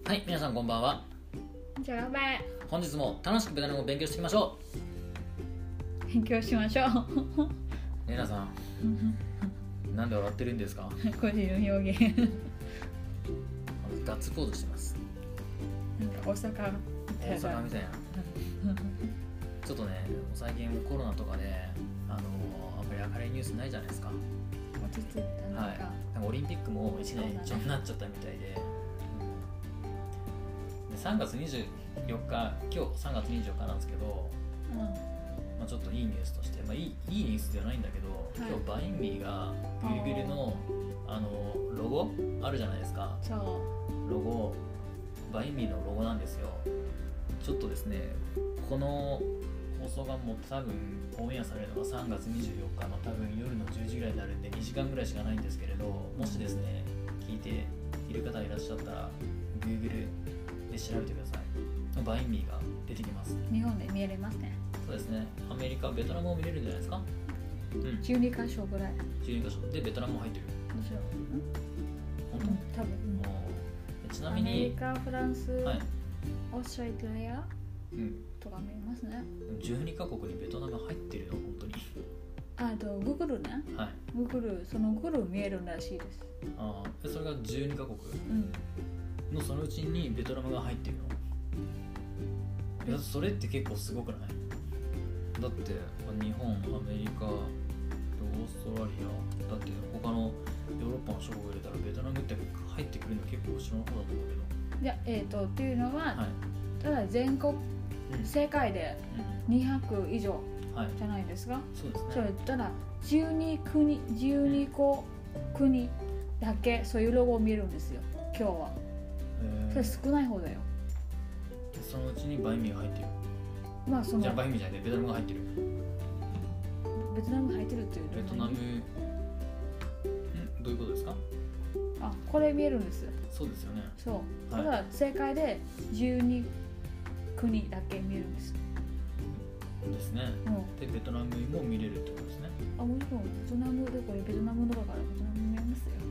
はい、皆さんこんばんは。 じゃあ本日も楽しくベトナム語を勉強していきましょ勉強しましょう。 う。皆さん、なんで笑ってるんですか？ 個人の表現。 ガッツポーズしてます。 なんか大阪みたいな。ちょっとね、最近コロナとかであんまり明るいニュースないじゃないですか。 落ち着いたはい。なんかオリンピックも1年延長になっちゃったみたいで。3月24日、今日3月24日なんですけど、ちょっといいニュースとして、いいニュースではないんだけど、今日バインミーが Google のロゴあるじゃないですか。ロゴ、バインミーのロゴなんですよ。ちょっとですね、この放送がもう多分オンエアされるのが3月24日の多分夜の10時ぐらいになるんで2時間ぐらいしかないんですけれど、もしですね、聞いている方いらっしゃったら Google で調べてください。バインミーが出てきます。 日本で見れますね。 そうですね。アメリカ、ベトナムも見れるんじゃないですか。 12箇所ぐらい。 12箇所でベトナムも入ってる。 もちろん。 本当？ 多分。 ちなみにアメリカ、フランス、 はい、 オーストラリアとか見れますね。 12カ国にベトナム入ってるの本当に。 Google ね。 はい。 Google その Google 見えるらしいです。 それが12カ国。のそのうちにベトナムが入ってるの。それって結構すごくない？だって日本、アメリカ、オーストラリア、だって他のヨーロッパの諸国入れたらベトナムって入ってくるの結構後ろの方だと思うけど。 いや、っていうのは、 はい、 ただ全国、世界で200以上じゃないですか。 そうですね。 それただ12個国だけそういうロゴを見えるんですよ、今日は。それ少ない方だよ。 そのうちにバインミーが入ってる。じゃあバインミーじゃない、ベトナムが入ってる。 ベトナム入ってるっていう。 ベトナム、どういうことですか？ これ見えるんですよ。 そうですよね。 そう。ただ世界で12国だけ見えるんです。 ですね。でベトナムも見れるってことですね。 もちろんベトナムでこれベトナムのだからベトナム見えますよ。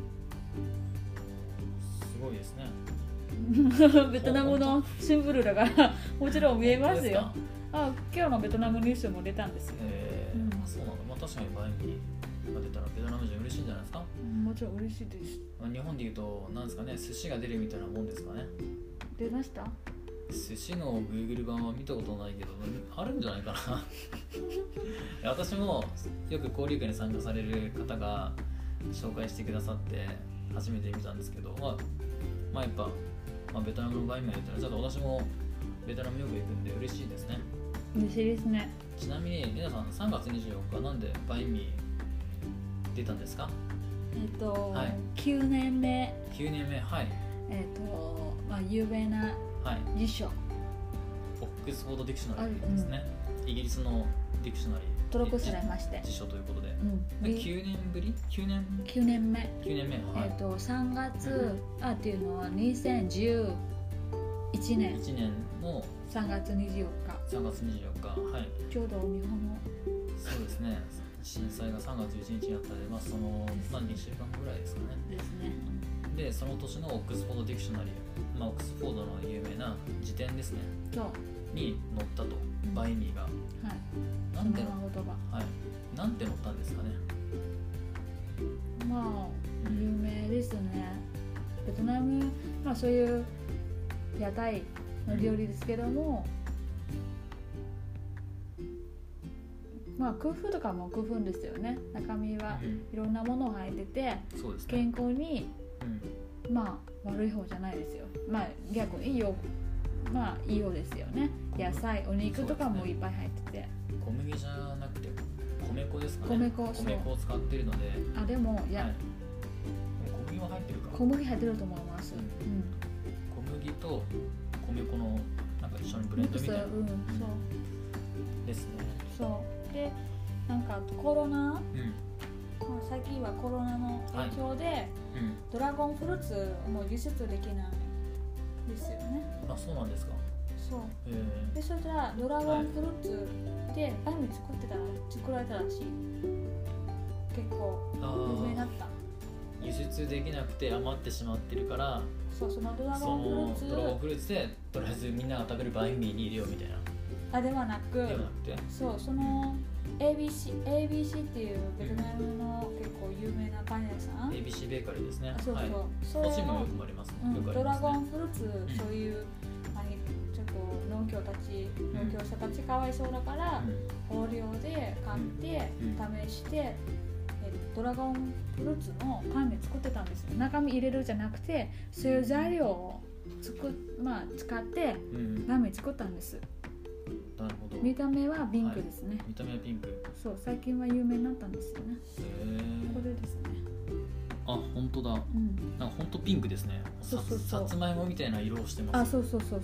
すごいですね。 ベトナムのシンボルだからもちろん見えますよ。今日のベトナムニュースも出たんですよ。 そうなの。確かにバインミーが出たらベトナム人嬉しいんじゃないですか？ もちろん嬉しいです。 日本でいうとなんですかね、寿司が出るみたいなもんですかね。 出ました？ 寿司の Google 版は見たことないけどあるんじゃないかな。私もよく交流会に参加される方が紹介してくださって初めて見たんですけど、やっぱベトナムのバインミーが出たらちょっと私もベトナムよく行くんで嬉しいですね。 嬉しいですね。 ちなみに皆さん3月24日なんでバインミー出たんですか ？9年目。 9年目、はい。 有名な辞書、オックスフォードディクショナリーですね。イギリスのディクショナリー登録されまして辞書ということで、9年ぶり 9年目、3月、っていうのは2011年の 3月24日、 はい、 ちょうど日本のそうですね、震災が3月11日にあったので、その2週間ぐらいですかね。 ですね。 で、その年のオックスフォードディクショナリー、オックスフォードの有名な辞典ですね。に載ったと、バインミーが。なんて載ったんですかね。 有名ですね。ベトナム、そういう屋台の料理ですけども、工夫とかも工夫ですよね。中身はいろんなものが入ってて、健康に悪い方じゃないですよ。逆にいい方ですよね。野菜、お肉とかもいっぱい入ってて。 小麦じゃなくて米粉ですかね。 米粉を使ってるので。 でも小麦は入ってるか。 小麦入ってると思います。 小麦と米粉の一緒にブレンドみたいな。そうですね。 そうでコロナ、最近はコロナの影響で、ドラゴンフルーツも輸出できないですよね。 そうなんですか。 そうでそれじゃドラゴンフルーツでバインミー作られたらしい。結構有名になった。 輸出接できなくて余ってしまってるから、 そのドラゴンフルーツでとりあえずみんなが食べるバインミーに入れようみたいな。 ではなくて、そうその ABC っていうベトナムの結構有名なパン屋さん、 ABC ベーカリーですね。 そうはい、そっちもよくありますね、 ドラゴンフルーツ、そういうちょっと農業者たちかわいそうだから、豊漁で買って試して、ドラゴンフルーツのパンで作ってたんですよ。中身入れるじゃなくて、そういう材料を使ってラーメン作ったんです。 なるほど。 見た目はピンクですね。 見た目はピンク。 そう、最近は有名になったんですよね。これですね。 あ、本当だ。なんか本当ピンクですね。さつまいもみたいな色をしてます。 そう。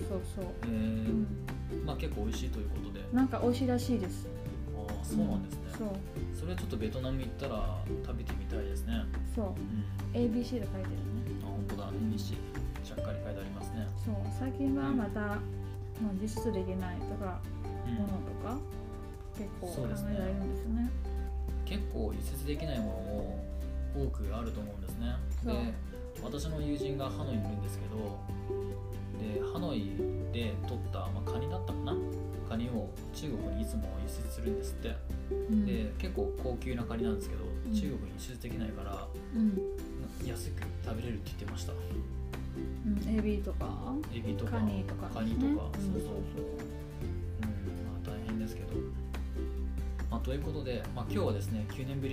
まあ結構美味しいということで。 なんか美味しいらしいです。 ああ、そうなんですね。それはちょっとベトナム行ったら食べてみたいですね。 そう。ABC で書いてるね。 あ、本当だ。ABC。ちゃっかり書いてありますね。 そう。最近はまた実質できないとかものとか結構考えられるんですね。 結構輸出できないものも多くあると思うんですね。で、私の友人がハノイにいるんですけど、でハノイで取った、カニだったかな、カニを中国にいつも輸出するんですって。で結構高級なカニなんですけど、中国に輸出できないから、安く食べれるって言ってました。 エビとかカニとか、 そう、大変ですけど、ということで、今日はですね、9年目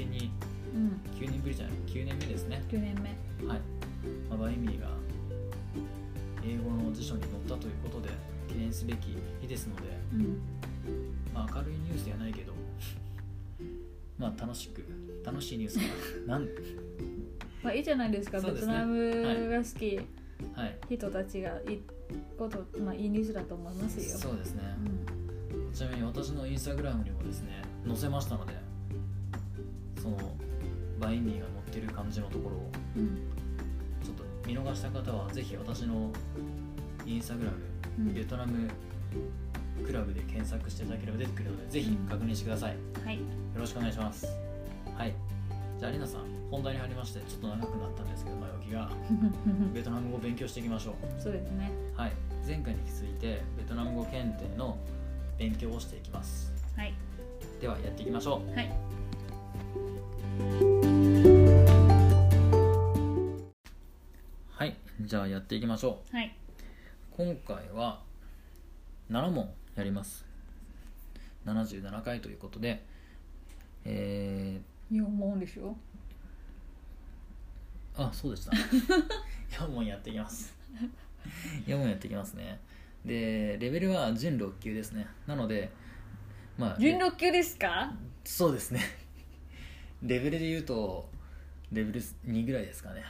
ですね。 9年目、 はい。バインミーが英語の辞書に載ったということで記念すべき日ですので、明るいニュースではないけど楽しいニュースいいじゃないですか。ベトナムが好き、人たちがいいこと、いいニュースだと思いますよ。 そうですね。ちなみに私のインスタグラムにもですね載せましたので、そのバインミーが載ってる感じのところを、ちょっと見逃した方はぜひ私のインスタグラム、ベトナムクラブで検索していただければ出てくるので、ぜひ確認してください。はい、よろしくお願いします。はい、じゃあアリナさん、本題に入りまして、ちょっと長くなったんですけど、前置きがベトナム語を勉強していきましょう。 そうですね。 はい、前回に引き続いてベトナム語検定の勉強をしていきます。 はい、 ではやっていきましょう。はい、はい、じゃあやっていきましょう。はい、今回は7問やります。77回ということで、 4問でしょ。 あ、そうでした4問やっていきます4問やっていきますね。で、レベルは準6級ですね。なので準6級ですか？ そうですねレベルで言うとレベル2ぐらいですかね。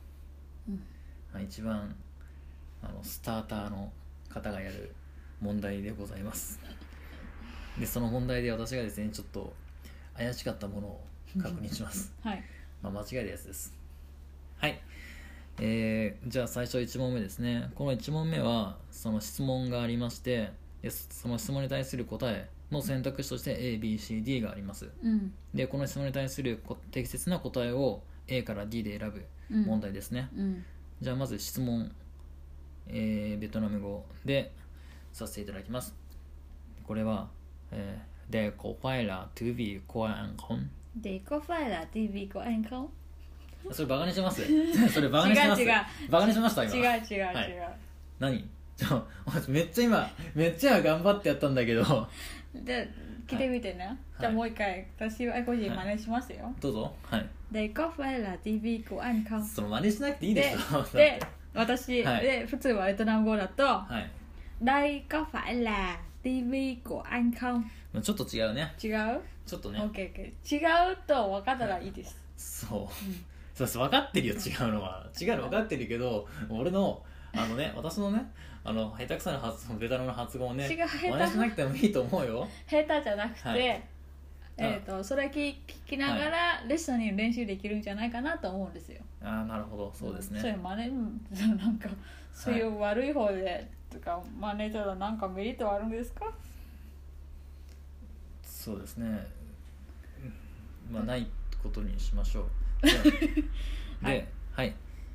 一番スターターの方がやる問題でございます。で、その問題で私がですね、ちょっと怪しかったものを確認しますはい、間違えるやつです。はい、じゃあ最初1問目ですね。この1問目はその質問がありまして、でその質問に対する答えの選択肢として A、B、C、D があります。で、この質問に対する適切な答えを A から D で選ぶ問題ですね。じゃあまず質問、ベトナム語でさせていただきます。これは、Để có phải là thứ vị của anh không? Để có phải là TV của anh không? それバカにしてますそれバカにしてます。バカにしました今。 違う、 何？めっちゃ頑張ってやったんだけどで、聞いてみてね。じゃあもう一回私は個人真似しますよ。 どうぞ。はい。 Để có phải là TV của anh không? その真似しなくていいでしょ。 で、私で普通はベトナム語だと Đây có phải là TV của anh không? ちょっと違うね。 違う？ ちょっとね。 違うと分かったらいいです。 そう、分かってるよ。違うの分かってるけど、俺の私のね、下手くそなベトナムの発語をね、真似しなくてもいいと思うよ。 下手じゃなくて、それ聞きながらレッスンに練習できるんじゃないかなと思うんですよ。 ああ、なるほど、そうですね。 それ真似、なんかそういう悪い方でとか真似たらなんかメリットはあるんですか？ そうですね。ないことにしましょう。で、 はい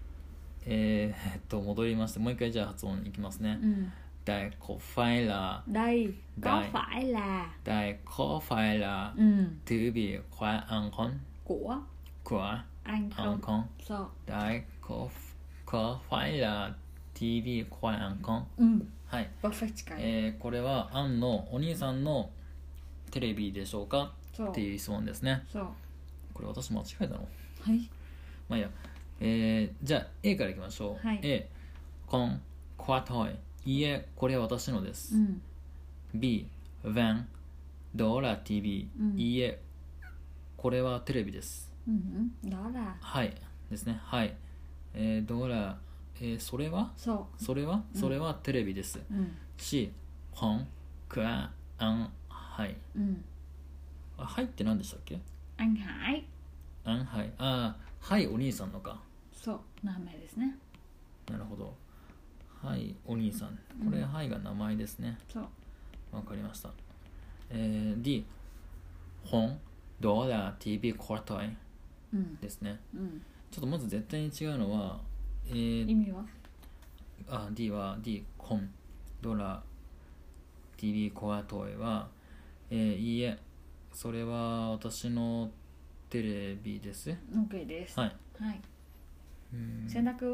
戻りましてもう一回じゃあ発音いきますね、Đây có phải là Đây có phải là Đây có phải là thư viện khoa ăn không? Của anh không? Đây có phải là TV khoa ăn không? はい、これはアンのお兄さんのテレビでしょうかっていう質問ですね。これ私間違えたの？ はい。 まあいいや。じゃあ A からいきましょう。 はい、 A コンコアトイ、いいえこれは私のです。B ヴァンドーラ TV、いいえこれはテレビです。 ドーラはいですね。はい。ドーラそれはそれはテレビです。C コンクアアンハイ。はいって何でしたっけ？ アンハイ。 アンハイ。ああ、はいお兄さんのか。 そう、名前ですね。 なるほど。はいお兄さん。これ、はいが名前ですね。 そう。 わかりました。D 本ドラ TV コアトイですね。ちょっとまず絶対に違うのは、 意味は D は D 本ドラ TV コアトイは、いいえそれは私のテレビです。 OK です。 はい、 はい、選択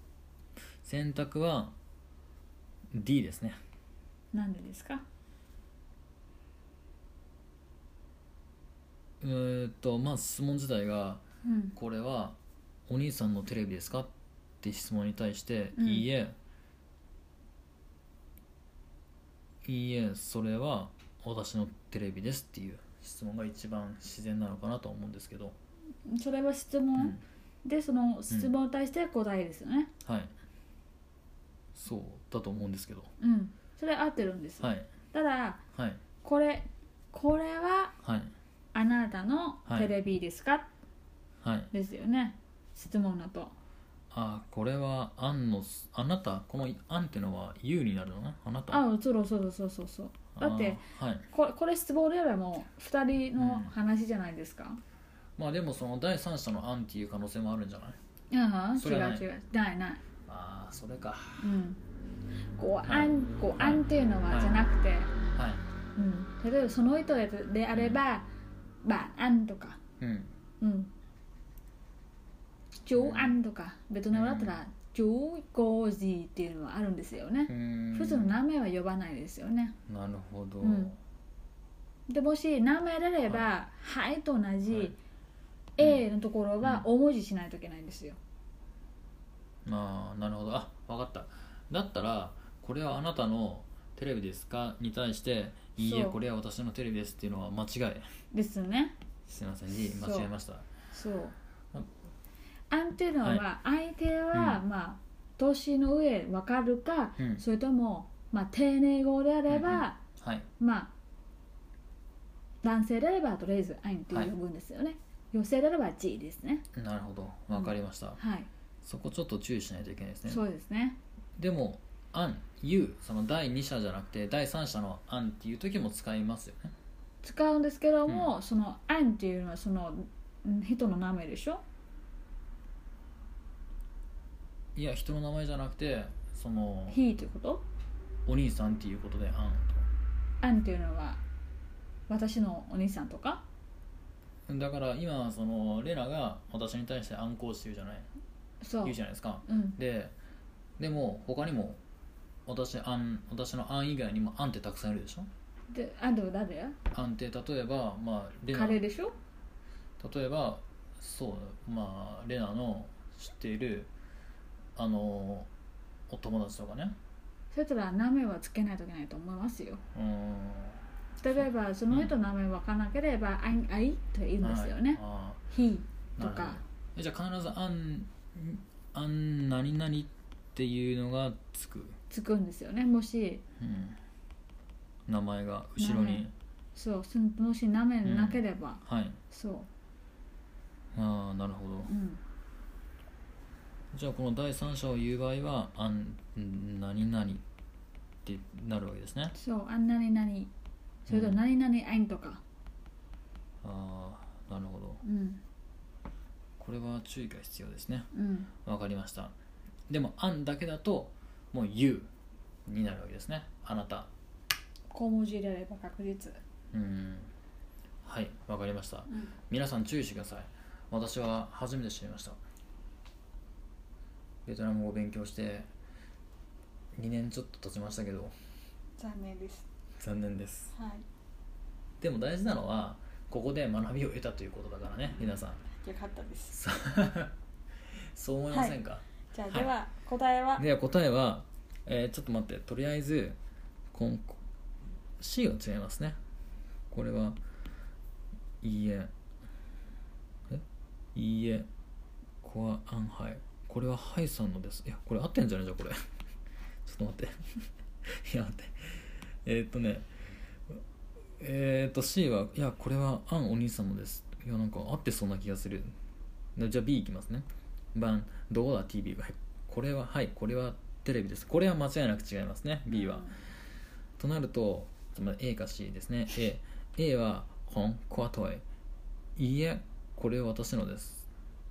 は D ですね。 なんでですか？ まあ質問自体が、これはお兄さんのテレビですかって質問に対して、いいえそれは私のテレビですっていう質問が一番自然なのかなと思うんですけど、 それは質問、でその質問に対して答えですよね。 はい、そうだと思うんですけど、 それ合ってるんです。 はい、 ただ、 はい、 これは、 はい、 あなたのテレビですか、 はい、 ですよね、質問だと。 これはあなた、このあんっていうのは You になるのね。あなた。 そうだって、これ質問であればもう2人の話じゃないですか。 まあでもその第三者のあんっていう可能性もあるんじゃない？ 違うない。 それか。 ごあんっていうのはじゃなくて、例えばその人であれば、ばあんとか、chú anh とかベトナムだったらchú cô gìっていうのはあるんですよね。普通の名前は呼ばないですよね。 なるほど。 でもし名前であれば、はいと同じ A のところは大文字しないといけないんですよ。 なるほど。分かった。だったらこれはあなたのテレビですかに対していいえこれは私のテレビですっていうのは間違いですね。 すみません、間違えました。 そう。あんっていうのは、相手は、年の上分かるか、それとも、丁寧語であれば、男性であればとりあえずあんって呼ぶんですよね。女性であれば G ですね。 なるほど、分かりました。そこちょっと注意しないといけないですね。 そうですね。 でもあん、You、その第二者じゃなくて第三者のあんっていう時も使いますよね。 使うんですけども、そのあんっていうのはその人の名前でしょ。 いや、人の名前じゃなくてその He ってことお兄さんっていうことであんっていうのは私のお兄さんとかだから今そのレナが私に対してあんこうして言うじゃないですか、でも他にも私のあん以外にもあんってたくさんいるでしょ。 で、あんって誰や？ あんって例えばレナ彼でしょ。 例えばレナの知っているお友達とかね。 そしたら名前はつけないといけないと思いますよ。例えばその人の名前分からなければ、あいと言うんですよね。He とか。 じゃあ必ずあん何々っていうのがつくんですよね。もし、 名前が後ろに。 もし名前なければ。そう。 なるほど。じゃあこの第三者を言う場合はあん何々ってなるわけですね。 そう、あん何々、それと何々あんとか。 なるほど。 これは注意が必要ですね。 うん、 わかりました。でもあんだけだともう You になるわけですね。あなた。 小文字であれば確実。 はい、わかりました、皆さん注意してください。私は初めて知りました。ベトナム語を勉強して2年ちょっと経ちましたけど残念です。 残念です、 はい、 でも大事なのはここで学びを得たということだからね、皆さん。 よかったです。 そう思いませんか？ じゃあ、では答えは、 では答えは、ちょっと待って、とりあえずC は違いますね。これはいいえいいえこはアンハイ、これはハイさんのです。いやこれ合ってんじゃないじゃんこれちょっと待っていや待って、C はいやこれはアンお兄さんのです。いやなんか合ってそうな気がする。じゃあ B いきますね。バンどうだ TV は、これははいこれはテレビです。これは間違いなく違いますね B は、となると A か C ですね。 A は本コアトイ、いいえこれは私のです。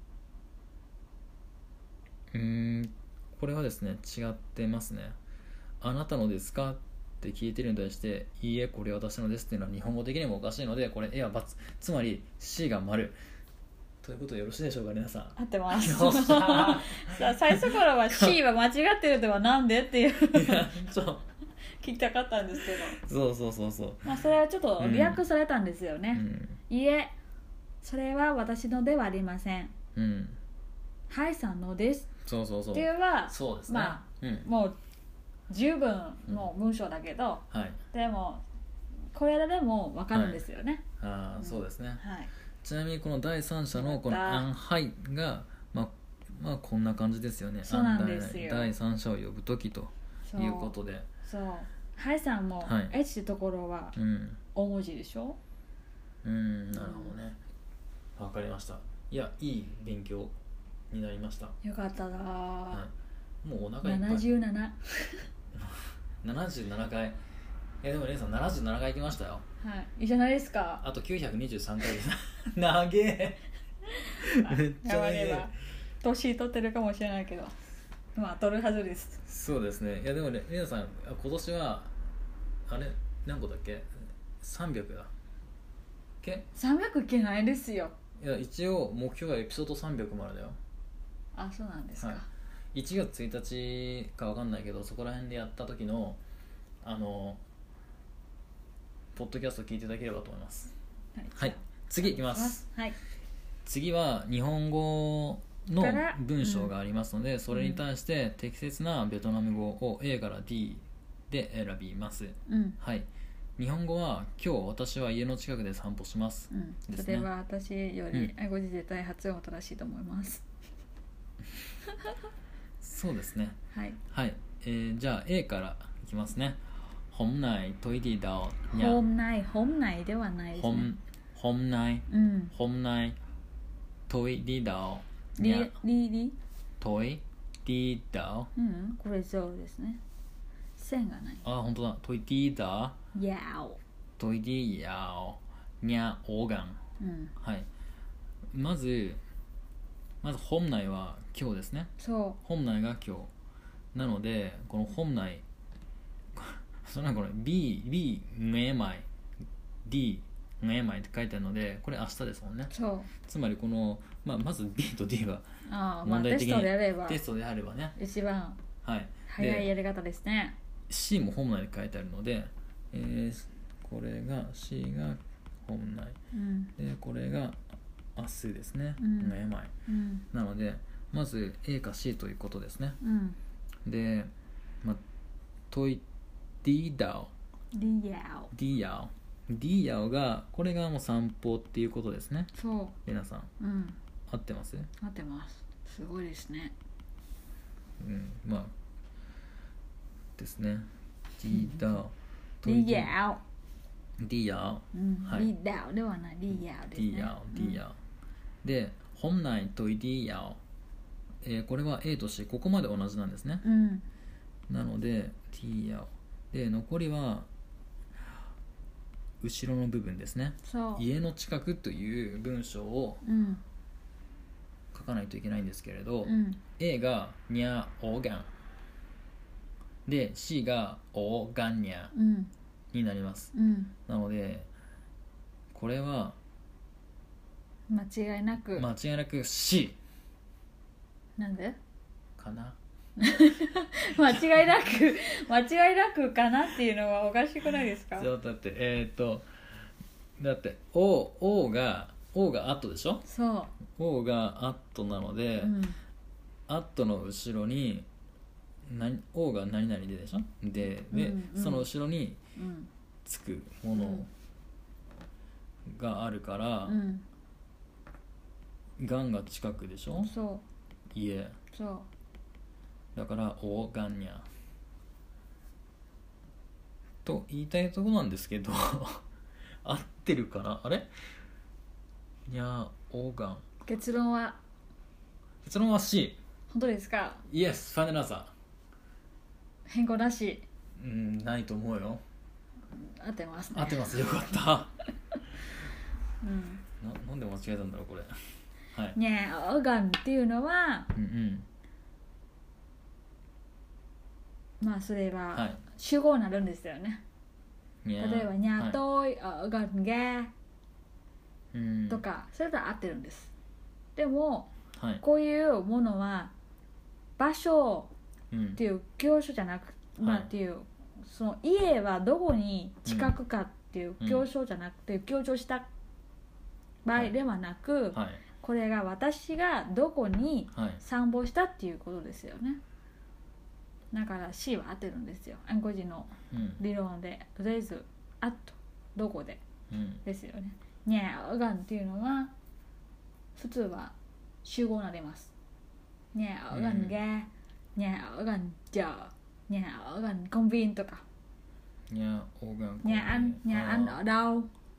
これはですね違ってますね。あなたのですかって聞いてるに対していいえこれは私のですっていうのは日本語的にもおかしいので、これ A は×、つまり C が丸ということでよろしいでしょうか皆さん。 合ってます。さあ最初からは C は間違ってるではなんでっていう聞きたかったんですけど、 そう、 まあ、それはちょっとリアクされたんですよね、いいえそれは私のではありません、ハイさんのですそうっていうのはそうですね、 まあもう十分の文章だけど、 はい、 でもこれでも分かるんですよね、 そうですね、 はい、 ちなみにこの第三者のこのアンハイがまあこんな感じですよね。 そうなんですよ。 第三者を呼ぶときということで、 そうハイさんも H ってところは大文字でしょ。 なるほどね、わかりました。いやいい勉強になりました。 よかったな、 もうお腹いっぱい。77回。でもレンさん77回行きましたよ。 はい、いいじゃないですか。 あと923回です長えめっちゃ長え。 年取ってるかもしれないけどまあ取るはずです。 そうですね。いやでもレンさん今年はあれ何個だっけ、300だっけ。 300いけないですよ。 いや一応目標はエピソード300までだよ。 あ、そうなんですか、 1月1日か分かんないけどそこら辺でやった時のポッドキャスト聞いていただければと思います。はい、次いきます。次は日本語の文章がありますので、それに対して適切なベトナム語を A から D で選びます、はい。日本語は今日私は家の近くで散歩します、 それは私よりご自絶対発音正しいと思いますそうですね、 はい、 じゃあ A からいきますね。hôm nay tôi đi đâu nha. hôm nayではないですね。 hôm nay tôi đi đâu nha. tôi đi đâu これそうですね。線がない。 あ、本当だ。tôi đi đâu tôi đi đâu nha ổ găng。はい。まずhôm nayは今日ですね。 そう。 hôm nayが今日なので、このhôm nayそれはこれ B ngày mai D ngày maiって書いてあるので、これ明日ですもんね。 そう。 つまりこの、まず B と D は問題的にテストであればね一番早いやり方ですね。 C も本来に書いてあるので、これが C が本来、でこれが明日ですね、ngày mai、なのでまず A か C ということですね、で、トイディダオがこれがもう散歩っていうことですね。 そう皆さん、合ってます？ 合ってます。すごいですね。 ですね。ディダオリダオではないリヤオですね。 ディヤオで本来トイディヤオ、これは A と C ここまで同じなんですね、なのでディヤオで残りは後ろの部分ですね。家の近くという文章を書かないといけないんですけれど、 うん、 A がニャオガンで C がオガンニャになります、 うん、 なのでこれは間違いなく C なんでかな間違いなくかなっていうのはおかしくないですか？ だってだって O がアットでしょ。 そう O がアットなので、アットの後ろにO が何々でしょ。で、その後ろにつくものがあるから、ガンが近くでしょ。 そう家そうだからオーガンニャと言いたいところなんですけど合ってるかな。あれニャオーガン。 結論は C。 本当ですか？ イエス、ファイナルアンサー。 変更なし。 ないと思うよ。 合ってますね。 合ってます。よかったなんで間違えたんだろうこれ。はい。 ニャオーガンっていうのは、まあそれは主語になるんですよね。例えばニャトイオーガンガとか、それと合ってるんです。でも、こういうものは場所っていう教書じゃなく、っていうその家はどこに近くかっていう教書じゃなくて、強調した場合ではなく、これが私がどこに散歩したっていうことですよね。だから C は合ってるんですよ。暗号字の理論で、とりあえずあとどこで、ですよね。ニャオガンっていうのは普通は主語になります。ニャオガンが、ニャオガンじゃ、ニャオガンコンビニとか。 ニャオガン。 nhà anh ở đâu?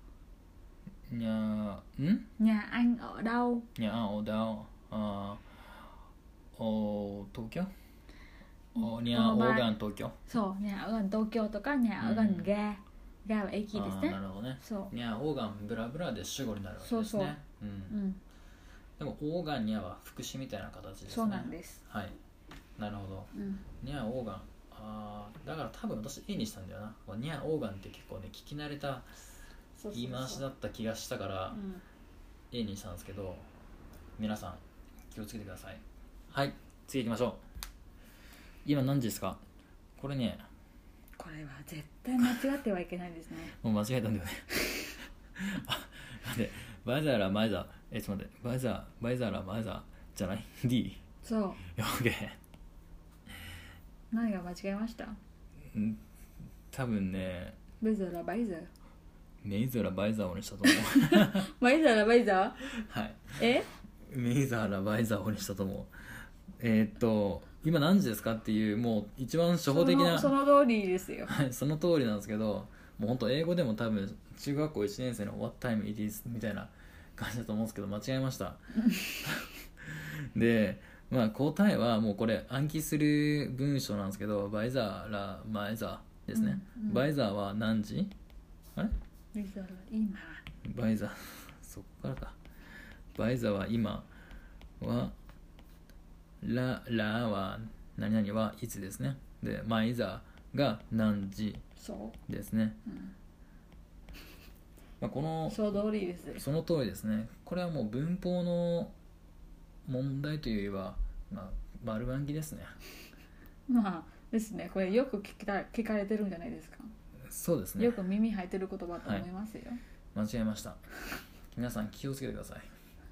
Nhà anh ở đâu? Nhà anh ở đâu? Ở Tokyo? Nhà ở gần Tokyo? そう、nhà ở gần Tokyo とかnhà ở gần ga。がは駅ですね。 なるほどね。 そう。 ニャオーガンブラブラで主語になるわけですね。でもオーガンニャは副詞みたいな形ですね。 そうなんです。 はい。なるほど。ニャオーガン。だから多分私 A にしたんだよな。ニャオーガンって結構ね聞き慣れた言い回しだった気がしたから A にしたんですけど、皆さん気をつけてください。はい、次行きましょう。今何時ですか？これね。 これは絶対間違ってはいけないですね。 もう間違えたんだよね待って、バイザーラマイザー、ちょっと待って、バイザーラマイザーじゃない D。 そう。 OK。 何が間違えました？ 多分ね、 バイザーラバイザー、 メイザーラバイザーをにしたと思うバイザーラバイザーはい、 メイザーラバイザーをにしたと思う。今何時ですかっていう、もう一番初歩的なその通りですよ。 はい、その通りなんですけど、もう本当英語でも多分中学校1年生の What time it is みたいな感じだと思うんですけど、間違えましたで、まあ答えはもうこれ暗記する文章なんですけど、バイザーラマイザーですね。バイザーは何時？あれ？ バイザーは今。 バイザーそこからか。バイザーは今はラは何々はいつですね。で、マイザーが何時ですね。まあ、このその通りです。 その通りですね。これはもう文法の問題というよりは、まあ、丸暗記ですね。 まあですね。これよく聞かれてるんじゃないですか。 そうですね。 よく耳入ってる言葉と思いますよ。 間違えました。皆さん気をつけてください。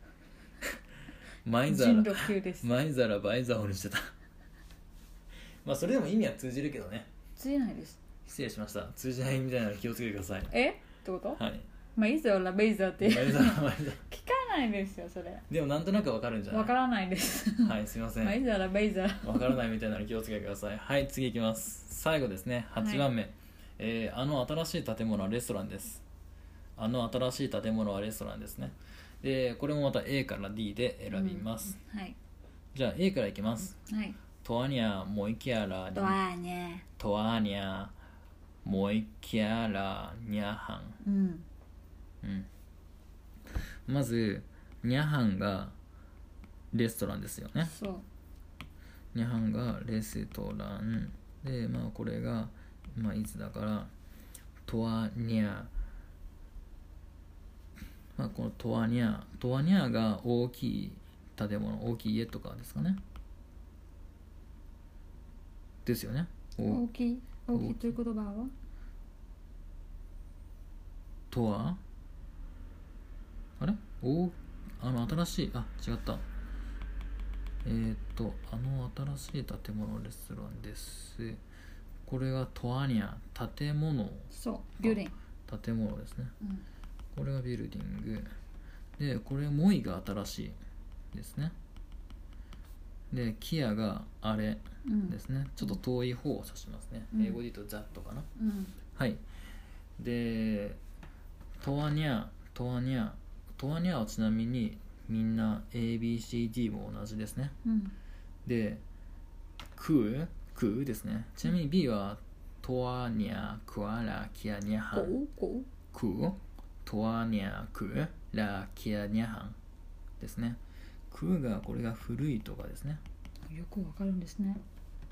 マイザラバイザーをにしてたまあそれでも意味は通じるけどね。 通じないです。 失礼しました。通じないみたいなの気をつけてください。 ってこと？はい。マイザーラバイザーって聞かないですよそれ。 でもなんとなくわかるんじゃない？わからないですはい、すいません。 マイザーラバイザーわからないみたいなの気をつけてください。はい、次いきます。最後ですね、8番目、あの新しい建物はレストランです。あの新しい建物はレストランですね。でこれもまた A から D で選びます、 はい、 じゃあ A からいきます、 はい、 トアニャモイキャラトアニャモイキャラニャハン、まずニャハンがレストランですよね。 そう。 ニャハンがレストランで、まあこれがまあいつだからトワニャ、まあこのトワニャが大きい建物、大きい家とかですかね。ですよね。 大きいという言葉はとはあれ新しい違った、新しい建物レストランです。これがトワニャ、建物。 そう、ビルディング、建物ですね、これがビルディングで、これモイが新しいですね。でキアがあれですね、ちょっと遠い方を指しますね、英語で言うとザットかな、はい。でトワニャはちなみにみんな ABCD も同じですね、でクーですね。ちなみに B はトワニャクアラキアニャハン、クートワニャクラキアニャハンですね。クーがこれが古いとかですね。 よくわかるんですね。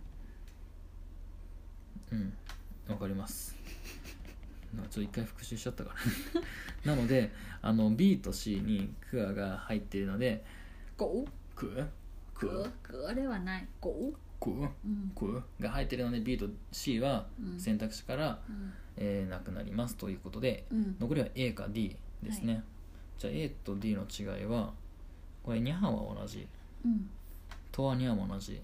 わかります。ちょっと一回復習しちゃったからなのでB と C にクアが入っているのでクあれはないクが入っているので B と C は選択肢から、なくなりますということで、残りは A か D ですね、じゃあ A と D の違いはこれニャハンは同じ、トワニャも同じ、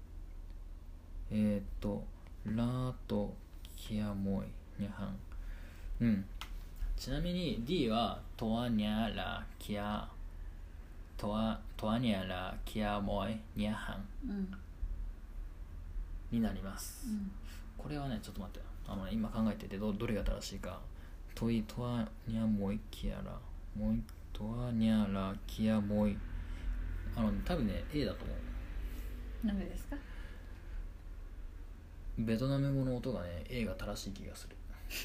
ラとキアモイニャハン、ちなみに D はトワニャラキアトワニャラキアモイニャハン、になります、これはねちょっと待って今考えててどれが正しいか。トワニャモイキアラトワニャラキアモイ多分ね A だと思う。 なんでですか？ ベトナム語の音がね A が正しい気がする。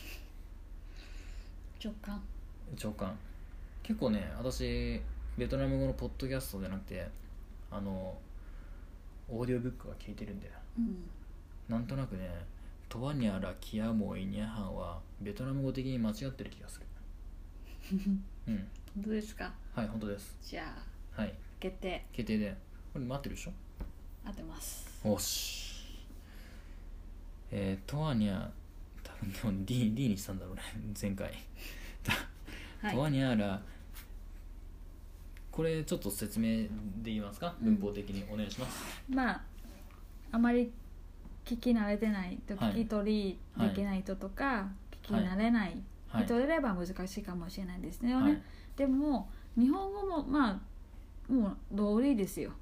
直感。 結構ね私ベトナム語のポッドキャストじゃなくてオーディオブックが聞いてるんで、なんとなくねトワニャラキアモイニャハンはベトナム語的に間違ってる気がする。 本当ですか？ はい、本当です。 じゃあ、 はい、 決定でこれ待ってるでしょ？ 合ってます。 おし、トワニャ多分でも D にしたんだろうね前回トワニャラ、これちょっと説明できますか？文法的にお願いします。 あまり聞き慣れてないと、聞き取りできない人とか、聞き慣れない人でれば難しいかもしれないですね、でも日本語ももう道理ですよ。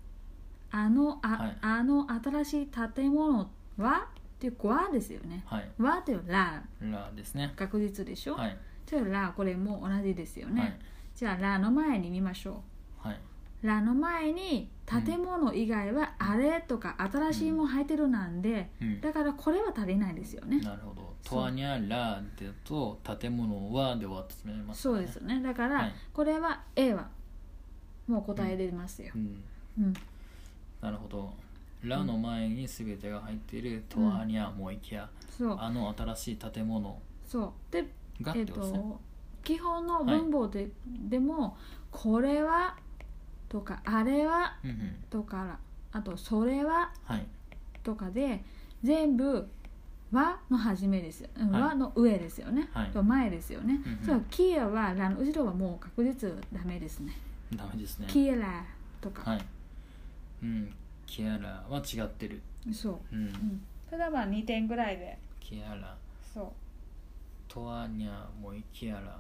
新しい建物はっていう和ですよね、和っていうラですね。 確実でしょ、じゃあラこれも同じですよね、じゃあラの前に見ましょう、ラの前に建物以外はあれとか新しいも入ってるなんで、だからこれは足りないですよね。 なるほど。トワニャラでと建物はで終わってしまいます、ね、 そうですよね。だから、これは A はもう答え出ますよ、 なるほど。ラの前に全てが入っているトワニャモイキア、新しい建物でがってことですね。 基本の文法で、でもこれはとかあれはとか、あとそれはとかで全部はの始めですよ、はの上ですよね、と前ですよね、キアはラの後ろはもう確実ダメですね。 ダメですね。 キアラとか、 キアラは違ってる。 そう、それは2点ぐらいで。 キアラ、 そう、 トワニャモイキアラ、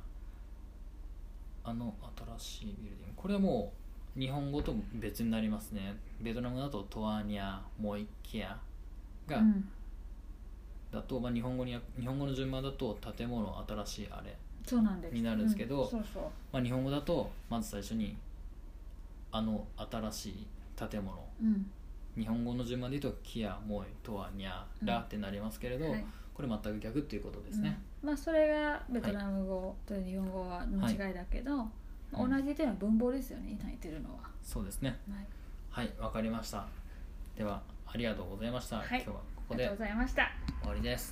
新しいビルディング、これはもう日本語と別になりますね。ベトナムだとトワニャモイキアが、だと、日本語の順番だと建物新しいあれになるんですけど、日本語だとまず最初に新しい建物、日本語の順番で言うとキアモイトワニャラってなりますけれど、これ全く逆っていうことですね、 それがベトナム語と日本語の違いだけど、同じというのは文法ですよね、言ってるのは。 そうですね、 はい、わかりました。ではありがとうございました。 はい、 今日はここでありがとうございました。 終わりです。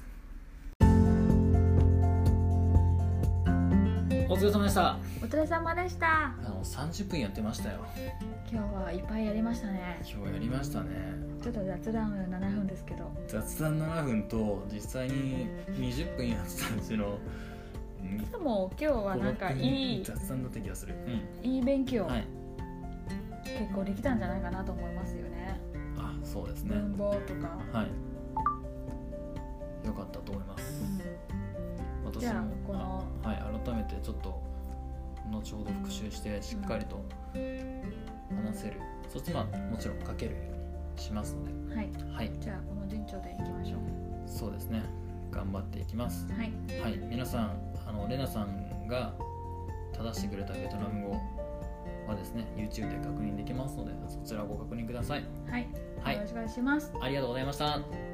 お疲れ様でした。 お疲れ様でした。 30分やってましたよ。 今日はいっぱいやりましたね。 今日やりましたね。 ちょっと雑談は7分ですけど、 雑談7分と実際に20分やってたんですよ。 でも今日はなんかいい雑談だった気がする、 いい勉強、 はい、 結構できたんじゃないかなと思いますよね。 あ、そうですね。 文法とか、 はい、よかったと思います、私もじゃあこの、 はい、改めてちょっと後ほど復習してしっかりと話せる、そしてもちろん書けるようにしますので、 はい、 はい、 じゃあこの順調でいきましょう。 そうですね、頑張っていきます。 はい、 はい、皆さんレナさんが正してくれたベトナム語はですね YouTube で確認できますので、そちらをご確認ください。 はい、 はい、 よろしくお願いします。 ありがとうございました。